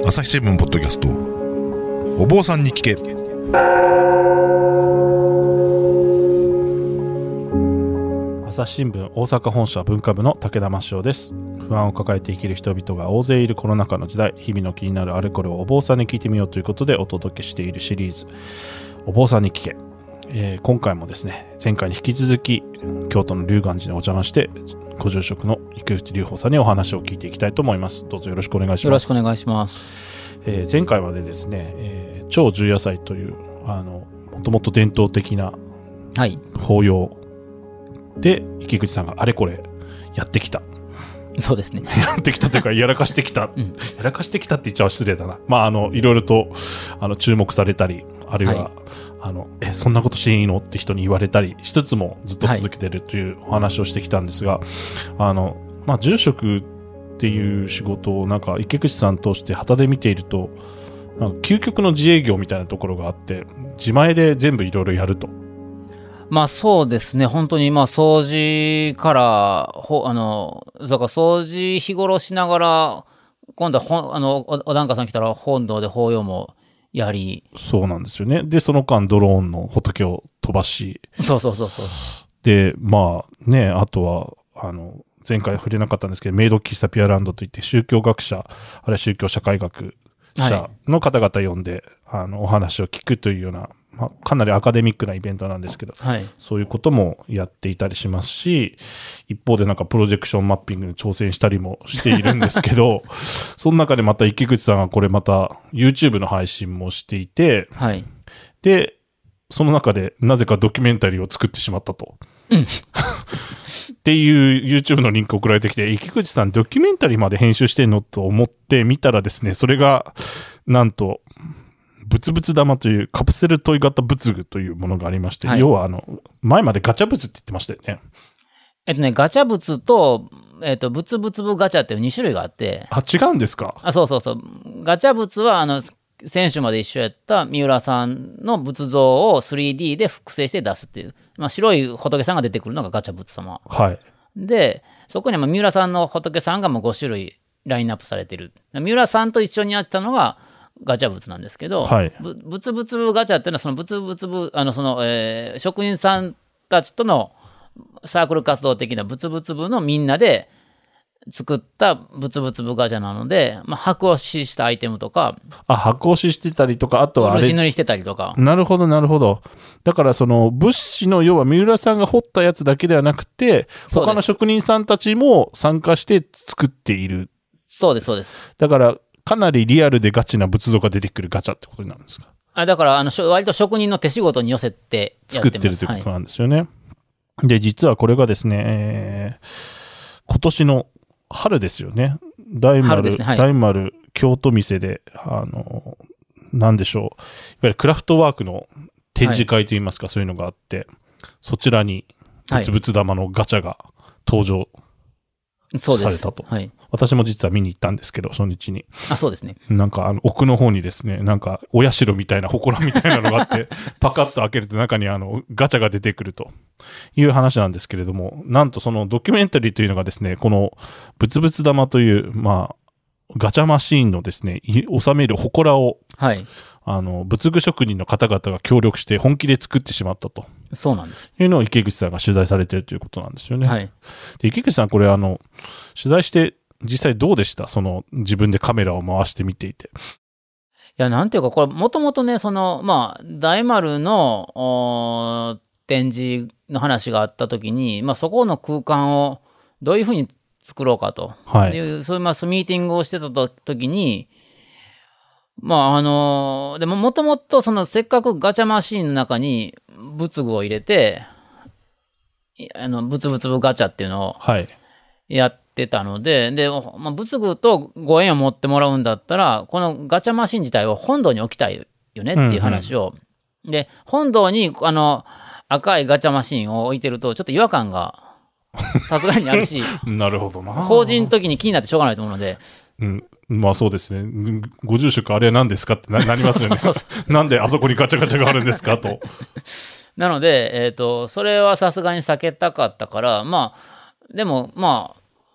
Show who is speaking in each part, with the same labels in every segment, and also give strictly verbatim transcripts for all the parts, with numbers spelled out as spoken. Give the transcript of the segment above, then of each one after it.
Speaker 1: 朝日新聞ポッドキャスト、お坊さんに聞け。
Speaker 2: 朝日新聞大阪本社文化部の武田真翔です。不安を抱えて生きる人々が大勢いるコロナ禍の時代、日々の気になるあれこれをお坊さんに聞いてみようということでお届けしているシリーズ、お坊さんに聞け。えー、今回もですね、前回に引き続き京都の龍岩寺にお邪魔してご住職の池内隆法さんにお話を聞いていきたいと思います。どうぞよろしくお願いします。
Speaker 3: よろしくお願いします。
Speaker 2: えー、前回までですね、えー、超重野祭というあのもともと伝統的な法要で、はい、池口さんがあれこれやってきた。
Speaker 3: そうですね。
Speaker 2: やってきたというかやらかしてきた、うん、やらかしてきたって言っちゃ失礼だな。まああのいろいろとあの注目されたり、あるいは、はい、あのえそんなことしていいのって人に言われたりしつつもずっと続けてるというお話をしてきたんですが、はい、あのまあ住職っていう仕事をなんか池口さん通して旗で見ていると、なんか究極の自営業みたいなところがあって、自前で全部いろいろやると。
Speaker 3: まあそうですね、本当にまあ掃除からほあのだから掃除日頃しながら、今度はほあの お, お檀家さん来たら本堂で法要もやり、
Speaker 2: そうなんですよね。でその間ドローンの仏を飛ばし、
Speaker 3: そうそうそうそう
Speaker 2: でまあね、あとはあの前回触れなかったんですけど、メイド喫茶ピアランドといって宗教学者、あるいは宗教社会学者の方々呼んで、はい、あのお話を聞くというような、まあ、かなりアカデミックなイベントなんですけど、はい、そういうこともやっていたりしますし、一方でなんかプロジェクションマッピングに挑戦したりもしているんですけどその中でまた池口さんがこれまた YouTube の配信もしていて、はい、でその中でなぜかドキュメンタリーを作ってしまったと、うん、っていう YouTube のリンク送られてきて、池口さんドキュメンタリーまで編集してんのと思って見たらですね、それがなんとブツブツ玉というカプセルトイ型仏具というものがありまして、はい、要はあの前までガチャ仏って言ってましたよね。
Speaker 3: えっとねガチャ仏と、えっと、ブツブツブガチャっていうに種類があって。
Speaker 2: あ、違うんですか。
Speaker 3: あ、そうそうそう。ガチャ仏はあの先週まで一緒やった三浦さんの仏像を スリーディー で複製して出すっていう、まあ、白い仏さんが出てくるのがガチャ仏様、
Speaker 2: はい、で
Speaker 3: そこには三浦さんの仏さんがもうご種類ラインナップされてる。三浦さんと一緒にやってたのがガチャ仏なんですけど、はい、ぶブツブツブガチャっていうのはそのブツブツブあのその、えー、職人さんたちとのサークル活動的なブツブツブのみんなで作ったブツブツブガチャなので、まあ、箔押ししたアイテムとか、
Speaker 2: あ、箔押ししてたりとか、あとはあれ
Speaker 3: 漆塗りしてたりとか。
Speaker 2: なるほどなるほど。だからその物資の要は三浦さんが彫ったやつだけではなくて、他の職人さんたちも参加して作っている。
Speaker 3: そうですそうです。
Speaker 2: だからかなりリアルでガチな仏像が出てくるガチャってことになるんですか。
Speaker 3: あ、だからあの割と職人の手仕事に寄せてやってます。
Speaker 2: 作ってるということなんですよね。はい、で実はこれがですね、えー、今年の春ですよね。大丸、ね、はい、大丸京都店であのなんでしょう、いわゆるクラフトワークの展示会といいますか、はい、そういうのがあって、そちらにブツブツ玉のガチャが登場されたと。はい、私も実は見に行ったんですけど、初日に。
Speaker 3: あ、そうですね。
Speaker 2: なんかあの奥の方にですね、なんかお社みたいな祠みたいなのがあってパカッと開けると中にあのガチャが出てくるという話なんですけれども、なんとそのドキュメンタリーというのがですね、このブツブツ玉というまあガチャマシーンのですね収める祠を、はい、あの仏具職人の方々が協力して本気で作ってしまったと。
Speaker 3: そうなんです。
Speaker 2: いうのを池口さんが取材されているということなんですよね。はい、で池口さんこれあの取材して実際どうでした？その自分でカメラを回して見ていて。い
Speaker 3: や、なんていうか、これもともとね、そのまあ大丸の展示の話があった時に、まあそこの空間をどういうふうに作ろうかと、はい、いうそういうまあミーティングをしてた時に、まああのでももともとそのせっかくガチャマシーンの中に仏具を入れて、あのブツブツブガチャっていうのをやってたので、はい、で、まあ、仏具とご縁を持ってもらうんだったら、このガチャマシン自体を本堂に置きたいよねっていう話を、うんうん、で本堂にあの赤いガチャマシンを置いてるとちょっと違和感がさすがにあるし
Speaker 2: なるほどな。
Speaker 3: 法事の時に気になってしょうがないと思うので、
Speaker 2: うん、まあそうですね。ご住職あれは何ですかってなりますよね。そうそうそうなんであそこにガチャガチャがあるんですかと。
Speaker 3: なので、えーと、それはさすがに避けたかったから、まあでもまあ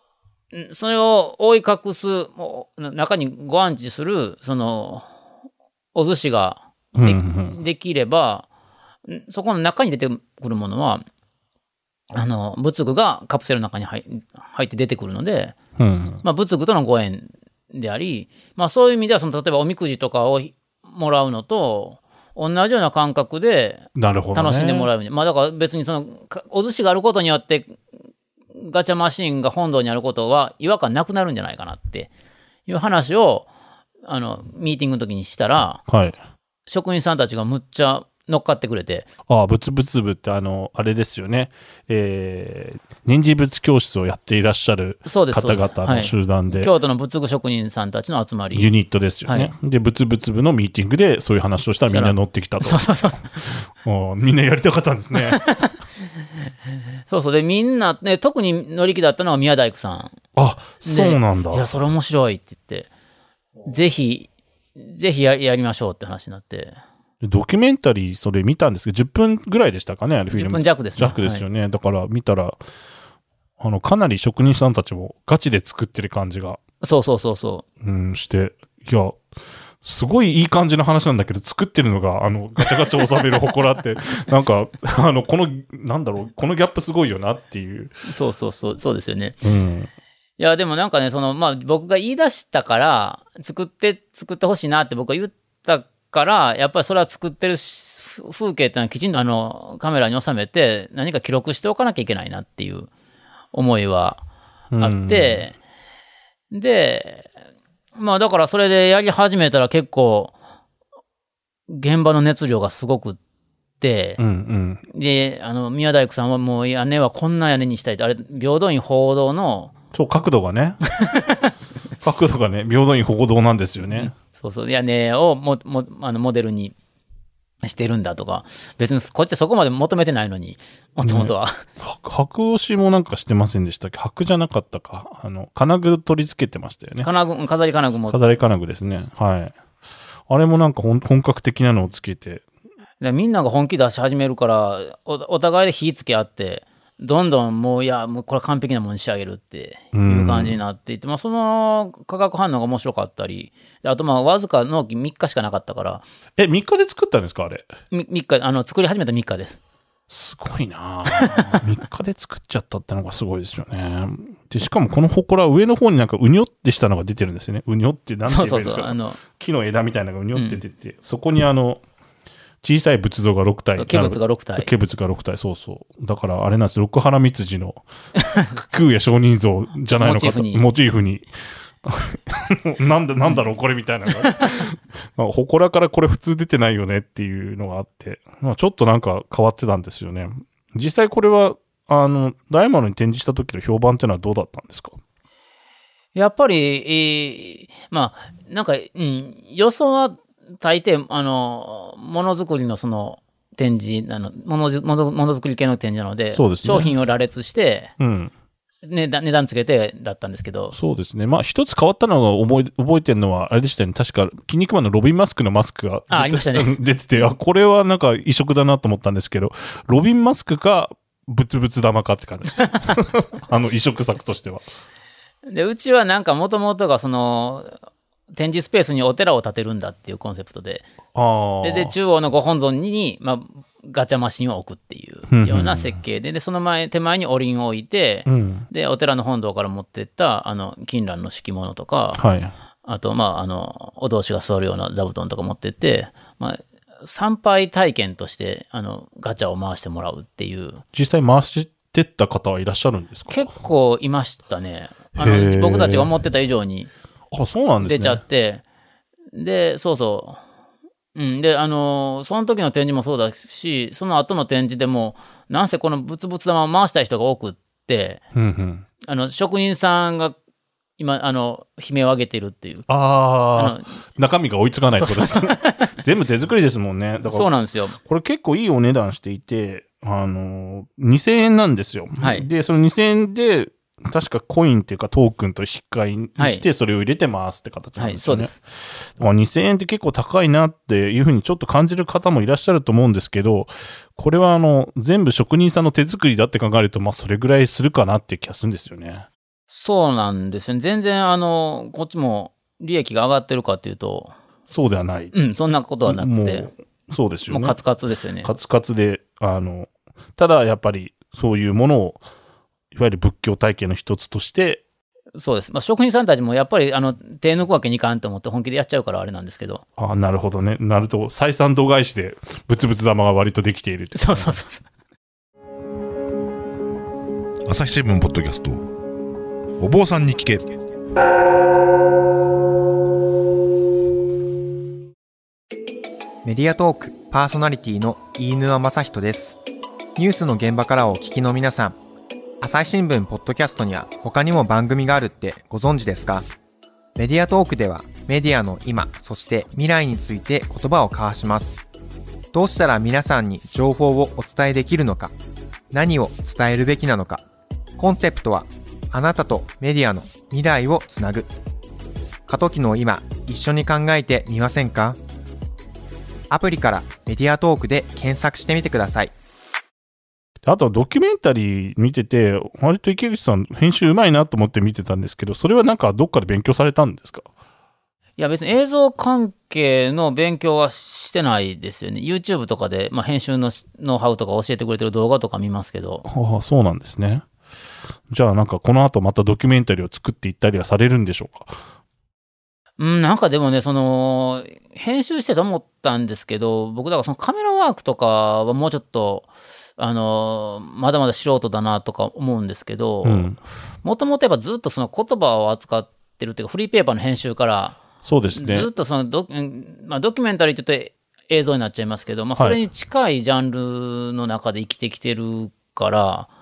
Speaker 3: それを覆い隠す、中にご安置する、その、お寿司がで、うんうん、できれば、そこの中に出てくるものは、あの、仏具がカプセルの中に入って出てくるので、うんうん、まあ、仏具とのご縁であり、まあ、そういう意味では、その、例えばおみくじとかをもらうのと、同じような感覚で楽しんでもらう、ね、まあだから別にそのお寿司があることによってガチャマシンが本堂にあることは違和感なくなるんじゃないかなっていう話をあのミーティングの時にしたら、はい、職員さんたちがむっちゃ乗っかってくれて。
Speaker 2: ああ、仏仏部ってあのあれですよね、えー、年次仏教室をやっていらっしゃる方々の集団 で, で、はい、
Speaker 3: 京都の仏具職人さんたちの集まり、
Speaker 2: ユニットですよね、はい、で仏仏部のミーティングでそういう話をしたらみんな乗ってきたと。
Speaker 3: そうそうそう
Speaker 2: みんなやりたかったんですね。
Speaker 3: そうそう、でみんな、ね、特に乗り気だったのは宮大工さん。
Speaker 2: あ、そうなんだ。
Speaker 3: いやそれ面白いって言ってぜひぜひ や, やりましょうって話になって、
Speaker 2: ドキュメンタリーそれ見たんですけどじゅっぷんぐらいでしたかね、あれフィルム。
Speaker 3: じゅっぷん弱ですね。
Speaker 2: 弱ですよね、はい、だから見たらあのかなり職人さんたちもガチで作ってる感じが
Speaker 3: そうそうそうそう、
Speaker 2: うん、していやすごいいい感じの話なんだけど作ってるのがあのガチャガチャ収める祠ってなんかあのこのなんだろうこのギャップすごいよなっていう。
Speaker 3: そうそうそうそうですよね、うん、いやでもなんかねその、まあ、僕が言い出したから作って作ってほしいなって僕は言ったからやっぱりそれは作ってる風景ってのはきちんとあのカメラに収めて何か記録しておかなきゃいけないなっていう思いはあって、うん、でまあだからそれでやり始めたら結構現場の熱量がすごくって、うんうん、であの宮大工さんはもう屋根はこんな屋根にしたいってあれ平等院鳳凰堂の
Speaker 2: そう角度がね角度がね平等院鳳凰堂なんですよね、うん、
Speaker 3: そうそう屋根をももあのモデルにしてるんだとか別にこっちはそこまで求めてないのにもともとは、ね、
Speaker 2: 白押しもなんかしてませんでしたっけ。白じゃなかったかあの金具取り付けてましたよね。
Speaker 3: 金具飾り金具も
Speaker 2: 飾り金具ですね。はいあれもなんか本格的なのをつけて
Speaker 3: でみんなが本気出し始めるから お, お互いで火つけ合ってどんどんもういやもうこれ完璧なものに仕上げるっていう感じになっていて、まあ、その化学反応が面白かったりであとまあわずか納期みっかしかなかったから
Speaker 2: えみっかで作ったんですかあれ。
Speaker 3: みっかあの作り始めたみっかです。
Speaker 2: すごいなみっかで作っちゃったってのがすごいですよね。でしかもこの祠上の方になんかうにょってしたのが出てるんですよね。うにょってなんて言えばいいんですか。そうそうそうあの木の枝みたいなのがうにょって出て、うん、そこにあの小さい仏像がろくたい。
Speaker 3: 化仏がろくたい。
Speaker 2: 化仏がろくたい、そうそう。だからあれなんです、六原光次の空也上人像じゃないのかと。モチーフに。なんだ、なんだろう、これみたいなのが。祠からこれ普通出てないよねっていうのがあって、まあ、ちょっとなんか変わってたんですよね。実際これは、あの、大丸に展示した時の評判っていうのはどうだったんですか。
Speaker 3: やっぱり、えー、まあ、なんか、うん、予想は、大抵あのものづくりのその展示あのものづものものづくり系の展示なので、そうですね、商品を羅列して、うんね、値段つけてだったんですけど、
Speaker 2: そうですね。まあ一つ変わったのが覚え覚えてるのはあれでしたよね。確か筋肉マンのロビンマスクのマスクが出て
Speaker 3: あ, ありましたね
Speaker 2: 出てて、あこれはなんか異色だなと思ったんですけど、ロビンマスクかブツブツ玉かって感じですあの異色作としては。
Speaker 3: でうちはなんかもともとがその展示スペースにお寺を建てるんだっていうコンセプトで、あ で, で中央のご本尊に、まあ、ガチャマシンを置くっていうような設計で、でその前手前にお輪を置いて、うん、でお寺の本堂から持ってったあの金蘭の敷物とか、はい、あと、まあ、あのお同士が座るような座布団とか持ってって、まあ、参拝体験としてあのガチャを回してもらうっていう。
Speaker 2: 実際回してった方はいらっしゃるんですか。
Speaker 3: 結構いましたね。あの僕たちが思ってた以上に
Speaker 2: あ、そうなんですね。
Speaker 3: 出ちゃって、で、そうそう。うん。で、あのー、その時の展示もそうだし、その後の展示でも、なんせこのブツブツ玉を回したい人が多くって、うんうん、あの、職人さんが今、あの、悲鳴を上げてるっていう。
Speaker 2: ああ、中身が追いつかないってことです。全部手作りですもんね。だから
Speaker 3: そうなんですよ。
Speaker 2: これ結構いいお値段していて、あのー、にせんえんなんですよ。はい。で、そのにせんえんで、確かコインっていうかトークンと引き換えにしてそれを入れてますって形なんですよね。はいはい、そうです。にせんえんって結構高いなっていうふうにちょっと感じる方もいらっしゃると思うんですけど、これはあの全部職人さんの手作りだって考えると、まあそれぐらいするかなっていう気がするんですよね。
Speaker 3: そうなんですよね。全然、あの、こっちも利益が上がってるかっていうと、
Speaker 2: そうではない。
Speaker 3: うん、そんなことはなくて。
Speaker 2: もうそうですよね。
Speaker 3: もうカツカツですよね。
Speaker 2: カツカツで、あの、ただやっぱりそういうものを、いわゆる仏教体系の一つとして、
Speaker 3: そうです。まあ、職人さんたちもやっぱり、あの、手抜くわけにいかんと思って本気でやっちゃうからあれなんですけど。
Speaker 2: ああ、なるほどね。なると、採算度外視で、ブツブツ玉が割とできているって。
Speaker 3: そうそうそうそう。
Speaker 1: 朝日新聞ポッドキャスト、お坊さんに聞け。
Speaker 4: メディアトークパーソナリティの飯沼正人です。ニュースの現場からお聞きの皆さん、朝日新聞ポッドキャストには他にも番組があるってご存知ですか？メディアトークではメディアの今、そして未来について言葉を交わします。どうしたら皆さんに情報をお伝えできるのか、何を伝えるべきなのか。コンセプトはあなたとメディアの未来をつなぐ。過渡期の今、一緒に考えてみませんか？アプリからメディアトークで検索してみてください。
Speaker 2: あとドキュメンタリー見てて、割と池口さん編集うまいなと思って見てたんですけど、それはなんかどっかで勉強されたんですか？
Speaker 3: いや別に映像関係の勉強はしてないですよね。YouTube とかで、まあ、編集のノウハウとか教えてくれてる動画とか見ますけど。
Speaker 2: はあ、そうなんですね。じゃあなんかこの後またドキュメンタリーを作っていったりはされるんでしょうか？
Speaker 3: うん、なんかでもね、その、編集してと思ったんですけど、僕だからそのカメラワークとかはもうちょっと、あの、まだまだ素人だなとか思うんですけど、もともとやっぱずっとその言葉を扱ってるっていうか、フリーペーパーの編集から、
Speaker 2: そうですね。
Speaker 3: ずっとそのド、まあ、ドキュメンタリーって言うと映像になっちゃいますけど、まあ、それに近いジャンルの中で生きてきてるから、はい、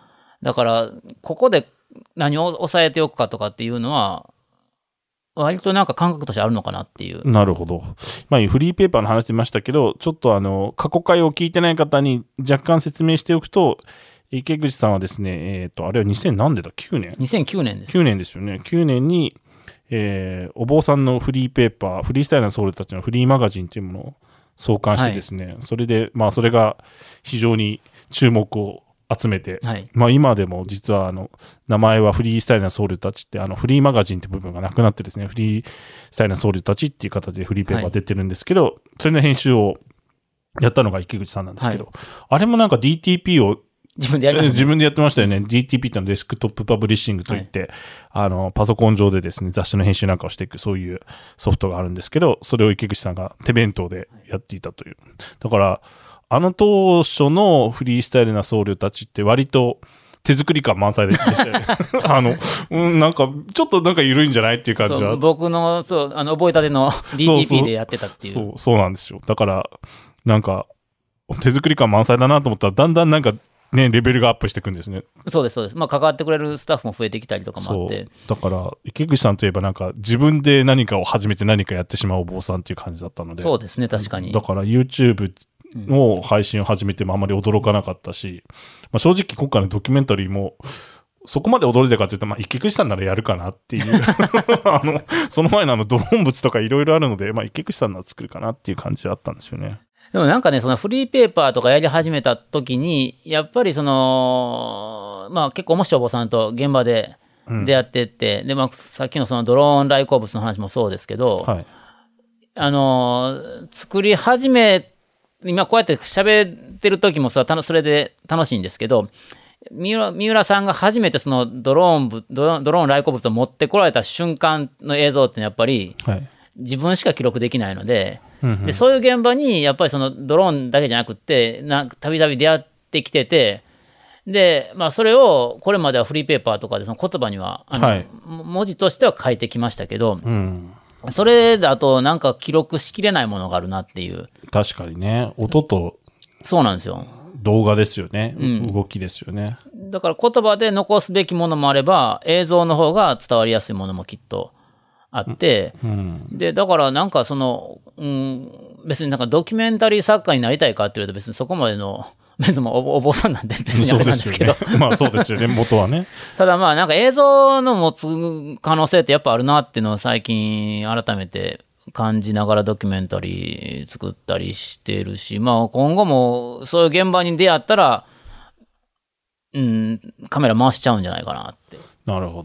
Speaker 3: だから、ここで何を抑えておくかとかっていうのは、割となんか感覚としてあるのかなっていう。
Speaker 2: なるほど。まあ、フリーペーパーの話してましたけど、ちょっとあの、過去回を聞いてない方に若干説明しておくと、池口さんはですね、えっと、あれはにせん何年だ ?きゅう 年 ?
Speaker 3: にせんきゅうねんです。
Speaker 2: きゅうねんですよね。きゅうねんに、えー、お坊さんのフリーペーパー、フリースタイルな僧侶たちのフリーマガジンというものを創刊してですね、はい、それで、まあ、それが非常に注目を集めて、はい、まあ今でも実はあの名前はフリースタイルな僧侶たちってあのフリーマガジンって部分がなくなってですね、フリースタイルな僧侶たちっていう形でフリーペーパー出てるんですけど、はい、それの編集をやったのが池口さんなんですけど、はい、あれもなんか ディーティーピー を
Speaker 3: 自分でやりましたね。
Speaker 2: 自分でやってましたよね。ディーティーピー ってのはデスクトップパブリッシングといって、はい、あのパソコン上でですね雑誌の編集なんかをしていくそういうソフトがあるんですけど、それを池口さんが手弁当でやっていたという。だからあの当初のフリースタイルな僧侶たちって割と手作り感満載でしたよね。あの、うん、なんか、ちょっとなんか緩いんじゃないっていう感じは。
Speaker 3: 僕の、そう、あの、覚えたての ディーティーピー でやってたっていう。
Speaker 2: そうそう、そうなんですよ。だから、なんか、手作り感満載だなと思ったら、だんだんなんか、ね、レベルがアップしていくんですね。
Speaker 3: そうです、そうです。まあ、関わってくれるスタッフも増えてきたりとかもあって。
Speaker 2: そう。だから、池口さんといえばなんか、自分で何かを始めて何かやってしまうお坊さんっていう感じだったので。
Speaker 3: そうですね、確かに。
Speaker 2: だから、YouTube、の配信を始めてもあまり驚かなかったし、まあ、正直今回のドキュメンタリーもそこまで驚いたかというと、まあ、池口さんならやるかなっていうあのその前のあのドローン物とかいろいろあるので、まあ、池口さんなら作るかなっていう感じだったんですよね。
Speaker 3: でもなんかね、そのフリーペーパーとかやり始めた時にやっぱりそのまあ結構面白いお坊さんと現場で出会ってって、うん、でまあさっきのそのドローン来航物の話もそうですけど、はい、あの作り始め今こうやって喋ってる時もそれで楽しいんですけど、三浦、三浦さんが初めてそのドローン部、ドローン来航物を持ってこられた瞬間の映像ってやっぱり自分しか記録できないので、はい、でそういう現場にやっぱりそのドローンだけじゃなくってなんかたびたび出会ってきてて、で、まあそれをこれまではフリーペーパーとかでその言葉にはあの、はい、文字としては書いてきましたけど、うんそれだとなんか記録しきれないものがあるなっていう。
Speaker 2: 確かにね。音と。
Speaker 3: そうなんですよ。
Speaker 2: 動画ですよね。うん、動きですよね。
Speaker 3: だから言葉で残すべきものもあれば、映像の方が伝わりやすいものもきっとあって、うん、で、だからなんかその、うん、別になんかドキュメンタリー作家になりたいかっていうと別にそこまでの、別にお, お坊さんなんで別にあれなんですけど。
Speaker 2: ね、まあそうですよね、元はね。
Speaker 3: ただまあなんか映像の持つ可能性ってやっぱあるなっていうのを最近改めて感じながらドキュメンタリー作ったりしてるし、まあ今後もそういう現場に出会ったら、うん、カメラ回しちゃうんじゃないかなって。
Speaker 2: なるほど。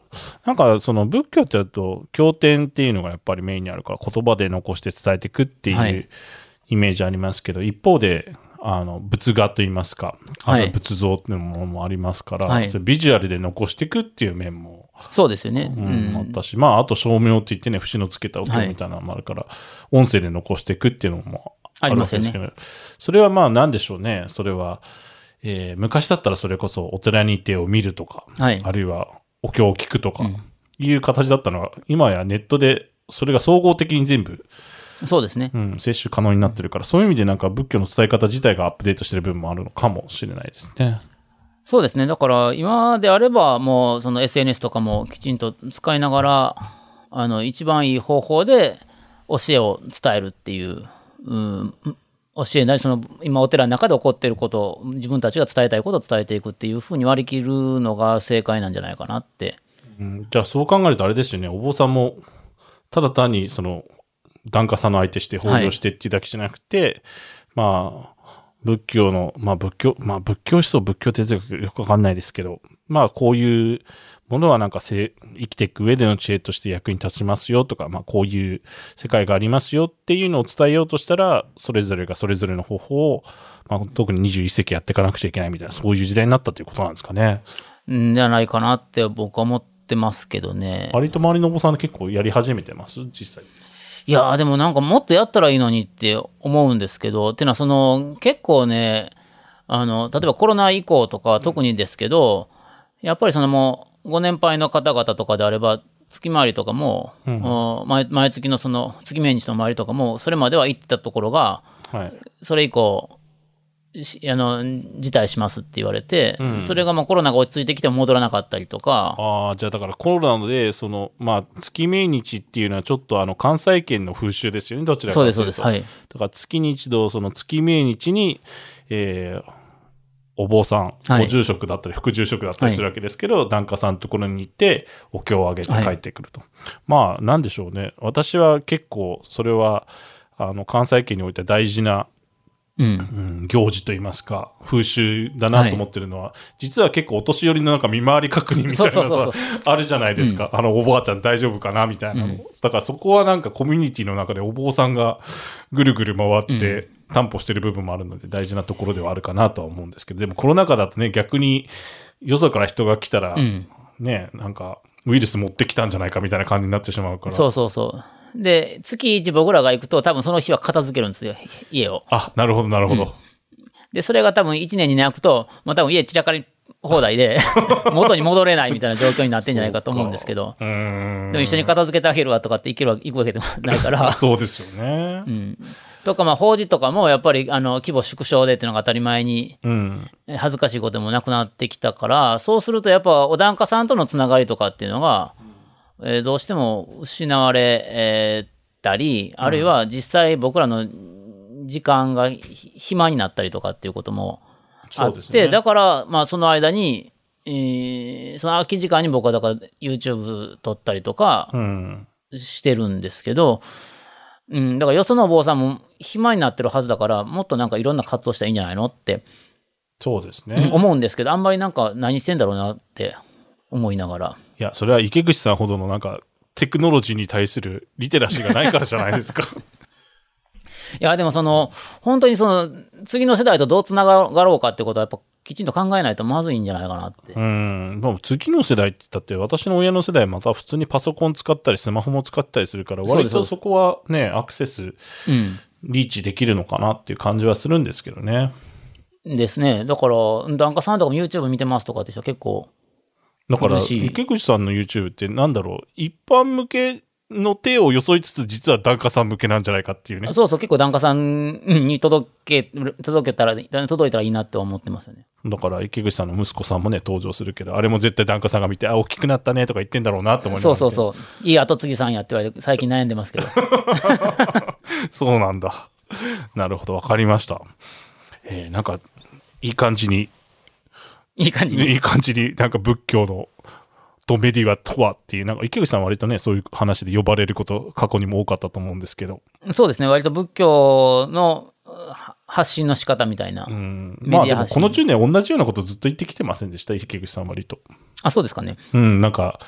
Speaker 2: なんかその仏教ってやると経典っていうのがやっぱりメインにあるから言葉で残して伝えていくって
Speaker 3: はいいう
Speaker 2: イメージありますけど、一方であの仏画といいますか、あ
Speaker 3: はい
Speaker 2: と仏像っていうものもありますから、
Speaker 3: はい
Speaker 2: それビジュアルで残していくっていう面も、
Speaker 3: そうですよね。
Speaker 2: う
Speaker 3: うん
Speaker 2: ん、あったし、まああと照明って言ってね、節のつけたお経みたいなのもあるから、音声で残していくっていうのもあるわけですけど、それはまあなんでしょうね、それは、えー昔だったらそれこそお寺に行ってを見るとか、
Speaker 3: はい。
Speaker 2: あるいはお経を聞くとか
Speaker 3: うん
Speaker 2: いう形だったのが、今やネットでそれが総合的に全部、
Speaker 3: そうですね。
Speaker 2: うん、摂取可能になってるから、そういう意味でなんか仏教の伝え方自体がアップデートしてる部分もあるのかもしれないですね。
Speaker 3: そうですね。だから今であればもうその エスエヌエス とかもきちんと使いながら、あの一番いい方法で教えを伝えるっていう、うん、教えなりその今お寺の中で起こっていることを自分たちが伝えたいことを伝えていくっていうふうに割り切るのが正解なんじゃないかなって。
Speaker 2: うん、じゃあそう考えるとあれですよね、お坊さんもただ単にその檀家さんの相手して法要してっていうだけじゃなくて、まあ仏教の、まあ仏教、まあ仏教思想、仏教哲学よくわかんないですけど、まあこういうものはなんか生きていく上での知恵として役に立ちますよとか、まあこういう世界がありますよっていうのを伝えようとしたら、それぞれがそれぞれの方法を、まあ特ににじゅういっ世紀やっていかなくちゃいけないみたいな、そういう時代になったということなんですかね。
Speaker 3: んじゃないかなって僕は思ってますけどね。
Speaker 2: 割と周りのお坊さん結構やり始めてます実際。
Speaker 3: いやーでもなんかもっとやったらいいのにって思うんですけど、っていうのはその結構ね、あの、例えばコロナ以降とかは特にですけど、やっぱりそのもうご年配の方々とかであれば、月回りとかも、
Speaker 2: うん
Speaker 3: お毎毎月のその月命日の回りとかも、それまでは行ってたところが、
Speaker 2: はい。
Speaker 3: それ以降、しあの、辞退しますって言われて、
Speaker 2: うん
Speaker 3: それがまあコロナが落ち着いてきても戻らなかったりとか、
Speaker 2: ああ、じゃあだからコロナで、その、まあ、月命日っていうのはちょっとあの、関西圏の風習ですよね、どちらかというと。
Speaker 3: そうです、そうです。はい。
Speaker 2: だから月に一度、その月命日に、えー、お坊さん、
Speaker 3: はい
Speaker 2: ご住職だったり、副住職だったりするわけですけど、檀家さんのところに行って、お経をあげて帰ってくると。まあ、なんでしょうね。私は結構、それは、あの、関西圏においては大事な、
Speaker 3: うん。
Speaker 2: うん、行事といいますか、風習だなと思ってるのは、実は結構お年寄りのなんか見回り確認みたいな
Speaker 3: そうそう
Speaker 2: さ
Speaker 3: そうそ、
Speaker 2: あるじゃないですか。あの、おばあちゃん大丈夫かなみたいなの。
Speaker 3: うん
Speaker 2: だからそこはなんかコミュニティの中でお坊さんがぐるぐる回って担保してる部分もあるので大事なところではあるかなとは思うんですけど、でもコロナ禍だとね、逆によそから人が来たら、
Speaker 3: うん。
Speaker 2: ね、なんかウイルス持ってきたんじゃないかみたいな感じになってしまうから。
Speaker 3: そうそうそう。で、月一僕らが行くと多分その日は片付けるんですよ、家を。
Speaker 2: あ、なるほど、なるほど。
Speaker 3: で、それが多分いちねんにねん空くと、もう多分家散らかり放題で、元に戻れないみたいな状況になってんじゃないかと思うんですけど、
Speaker 2: うーん。
Speaker 3: でも一緒に片付けてあげるわとかって行けるわ行くわけでもないから、
Speaker 2: そうですよね。
Speaker 3: うん。とか、まあ、法事とかもやっぱり、あの、規模縮小でっていうのが当たり前に、
Speaker 2: うん。
Speaker 3: 恥ずかしいこともなくなってきたから、そうするとやっぱ、お檀家さんとのつながりとかっていうのが、えーどうしても失われえーたり、あるいは実際僕らの時間がひ暇になったりとかっていうこともあ
Speaker 2: そう
Speaker 3: って、
Speaker 2: ですね。
Speaker 3: だから、まあ、その間に、えーその空き時間に僕はだから YouTube 撮ったりとか
Speaker 2: うん。
Speaker 3: してるんですけど、うん、だからよそのお坊さんも暇になってるはずだから、もっとなんかいろんな活動したらいいんじゃないのって
Speaker 2: そうですね。
Speaker 3: 思うんですけど、あんまりなんか何してんだろうなって思いながら。
Speaker 2: いや、それは池口さんほどのなんか、テクノロジーに対するリテラシーがないからじゃないですか。
Speaker 3: いや、でもその、本当にその、次の世代とどうつながろうかってことはやっぱきちんと考えないとまずいんじゃないかなって。
Speaker 2: うん。まあ次の世代って言ったって、私の親の世代また普通にパソコン使ったり、スマホも使ったりするから、
Speaker 3: そうです
Speaker 2: 割とそこはね、アクセス、
Speaker 3: うん。
Speaker 2: リーチできるのかなっていう感じはするんですけどね。
Speaker 3: ですね。だから、檀家さんとかも YouTube 見てますとかって人結構、
Speaker 2: だから、
Speaker 3: 嬉しい
Speaker 2: 池口さんの YouTube ってなんだろう、一般向けの手を装いつつ、実は檀家さん向けなんじゃないかっていうね。
Speaker 3: そうそう、結構檀家さんに届け、届けたら、届いたらいいなって思ってますよね。
Speaker 2: だから、池口さんの息子さんもね、登場するけど、あれも絶対檀家さんが見て、あ、大きくなったねとか言ってんだろうなって思いながら
Speaker 3: そうそうそう。いい後継ぎさんやって言われて、最近悩んでますけど。
Speaker 2: そうなんだ。なるほど、わかりました。えー、なんか、いい感じに、
Speaker 3: いい感じに。
Speaker 2: いい感じに、なんか仏教のとメディアとはっていう、なんか池口さんは割とね、そういう話で呼ばれること、過去にも多かったと思うんですけど。
Speaker 3: そうですね。割と仏教のは発信の仕方みたいな。
Speaker 2: うん。
Speaker 3: メディア
Speaker 2: まあでも
Speaker 3: 発信
Speaker 2: このじゅうねん同じようなことずっと言ってきてませんでした、池口さん割と。
Speaker 3: あ、そうですかね。
Speaker 2: うん、なんか、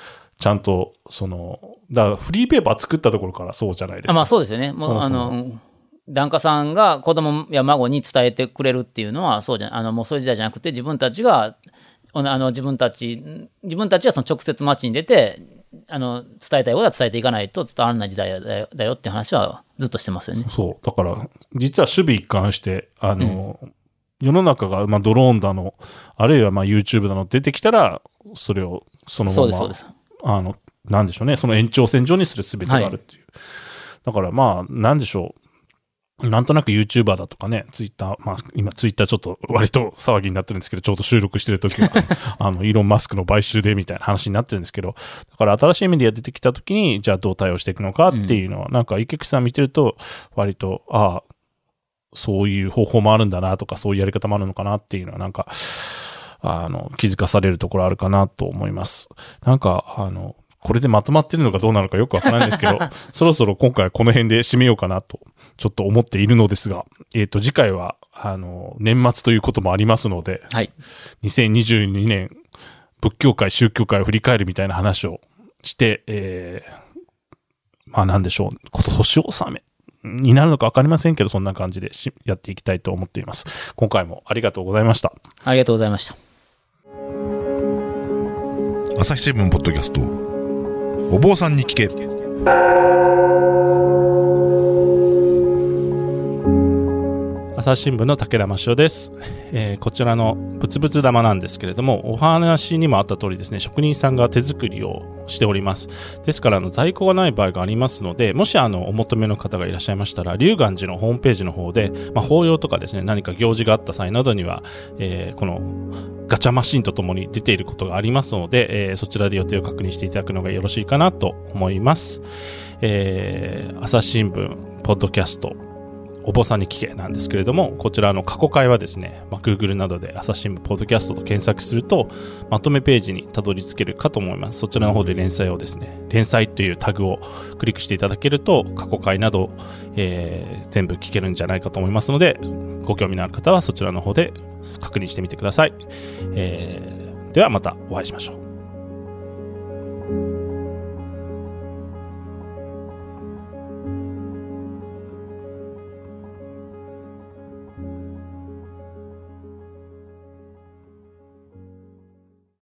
Speaker 2: ちゃんと、その、だからフリーペーパー作ったところからそうじゃないですか。
Speaker 3: あまあそうですよね。もう、
Speaker 2: そもそも
Speaker 3: あの、檀家さんが子供や孫に伝えてくれるっていうのは、そうじゃあの、もうそういう時代じゃなくて、自分たちが、あの、自分たち、自分たちはその直接街に出て、あの、伝えたいことは伝えていかないと伝わらない時代だよ、だよっていう話はずっとしてますよね。
Speaker 2: そう。だから、実は守備一貫して、あの、うん、世の中が、まあ、ドローンだの、あるいはまあ YouTube だの出てきたら、それをそのまま、
Speaker 3: そうです、そうです。
Speaker 2: あの、なんでしょうね、その延長線上にする全てがあるっていう。はい、だからまあ、なんでしょう。なんとなく YouTuber だとかね、Twitter、まあ今 Twitter ちょっと割と騒ぎになってるんですけど、ちょうど収録してる時は、あの、イーロン・マスクの買収でみたいな話になってるんですけど、だから新しいメディア出てきた時に、じゃあどう対応していくのかっていうのは、うん、なんか池口さん見てると、割と、ああ、そういう方法もあるんだなとか、そういうやり方もあるのかなっていうのは、なんか、あの、気づかされるところあるかなと思います。なんか、あの、これでまとまってるのかどうなのかよくわからないんですけど、そろそろ今回はこの辺で締めようかなと、ちょっと思っているのですが、えっと、次回は、あの、年末ということもありますので、
Speaker 3: はい。
Speaker 2: にせんにじゅうにねん、仏教界、宗教界を振り返るみたいな話をして、えー、まあなんでしょう、今年納めになるのかわかりませんけど、そんな感じでやっていきたいと思っています。今回もありがとうございました。
Speaker 3: ありがとうございました。
Speaker 1: 朝日新聞ポッドキャスト、お坊さんに聞け。
Speaker 2: 朝日新聞の武田真汐です、えー、こちらの仏仏玉なんですけれども、お話にもあった通りですね、職人さんが手作りをしております。ですからあの在庫がない場合がありますので、もしあのお求めの方がいらっしゃいましたら、龍岩寺のホームページの方で、まあ、法要とかですね、何か行事があった際などには、えー、このガチャマシンとともに出ていることがありますので、えー、そちらで予定を確認していただくのがよろしいかなと思います。えー、朝日新聞ポッドキャストお坊さんに聞けなんですけれども、こちらの過去回はですね、まあ、Google などで朝日新聞ポッドキャストと検索するとまとめページにたどり着けるかと思います。そちらの方で連載をですね、連載というタグをクリックしていただけると過去回など、えー、全部聞けるんじゃないかと思いますので、ご興味のある方はそちらの方で確認してみてください。えー、ではまたお会いしましょう。